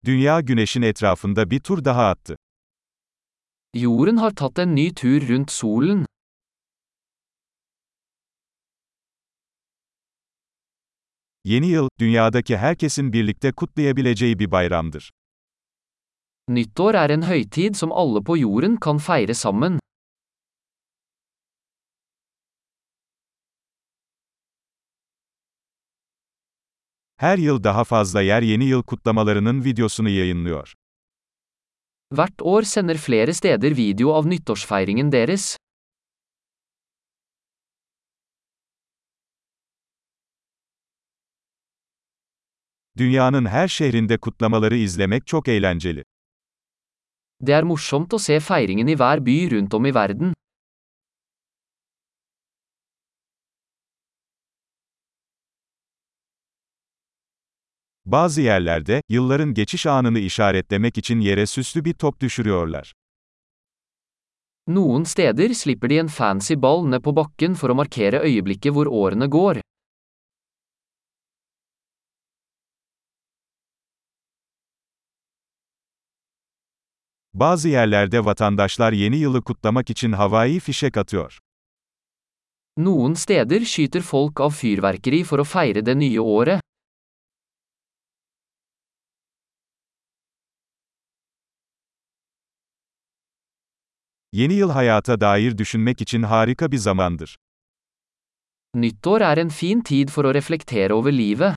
Dünya Güneş'in etrafında bir tur daha attı. Jorden har tatt en ny tur rundt solen. Yeni yıl, dünyadaki herkesin birlikte kutlayabileceği bir bayramdır. Nyttår er en høytid som alle på jorden kan feire sammen. Her yıl daha fazla yer yeni yıl kutlamalarının videosunu yayınlıyor. Hvert år sender flere steder video av nyttårsfeiringen deres. Dünyanın her şehrinde kutlamaları izlemek çok eğlenceli. Det er morsomt å se feiringen i hver by rundt om i verden. Bazı yerlerde, yılların geçiş anını işaretlemek için yere süslü bir top düşürüyorlar. Noen steder slipper de en fancy ball ned på bakken for å markere øyeblikket hvor årene går. Bazı yerlerde vatandaşlar yeni yılı kutlamak için havai fişek atıyor. Noen steder skyter folk av fyrverkeri for å feire det nye året. Yeni yıl hayata dair düşünmek için harika bir zamandır. Nyttår er en fin tid for å reflektere over livet.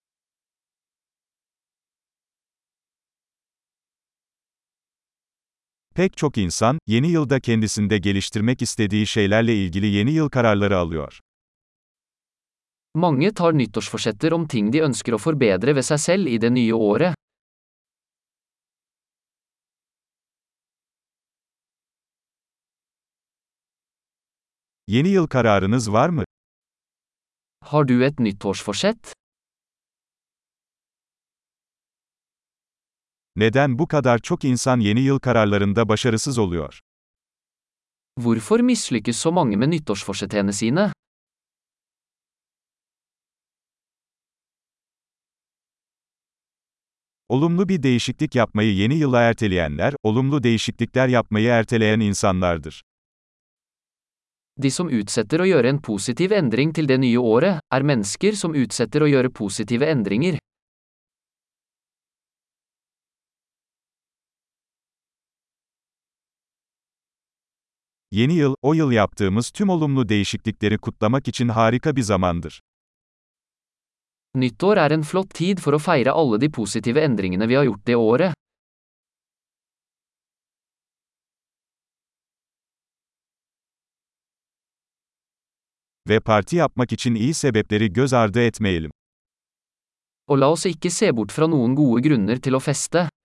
Pek çok insan, yeni yılda kendisinde geliştirmek istediği şeylerle ilgili yeni yıl kararları alıyor. Mange tar nyttårsforsetter om ting de ønsker å forbedre ved seg selv i det nye året. Yeni yıl kararınız var mı? Har du et nyttårsforsett? Neden bu kadar çok insan yeni yıl kararlarında başarısız oluyor? Hvorfor mislykkes så mange med nyttårsforsettene sine? Olumlu bir değişiklik yapmayı yeni yıla erteleyenler, olumlu değişiklikler yapmayı erteleyen insanlardır. De som utsetter å gjøre en positiv endring til det nye året, er mennesker som utsetter å gjøre positive endringer. Yeni yıl, o yıl yaptığımız tüm olumlu değişiklikleri kutlamak için harika bir zamandır. Nyttår er en flott tid for å feire alle de positive endringene vi har gjort det året. Ve parti yapmak için iyi sebepleri göz ardı etmeyelim. Og la oss ikke se bort fra noen gode grunner til å feste.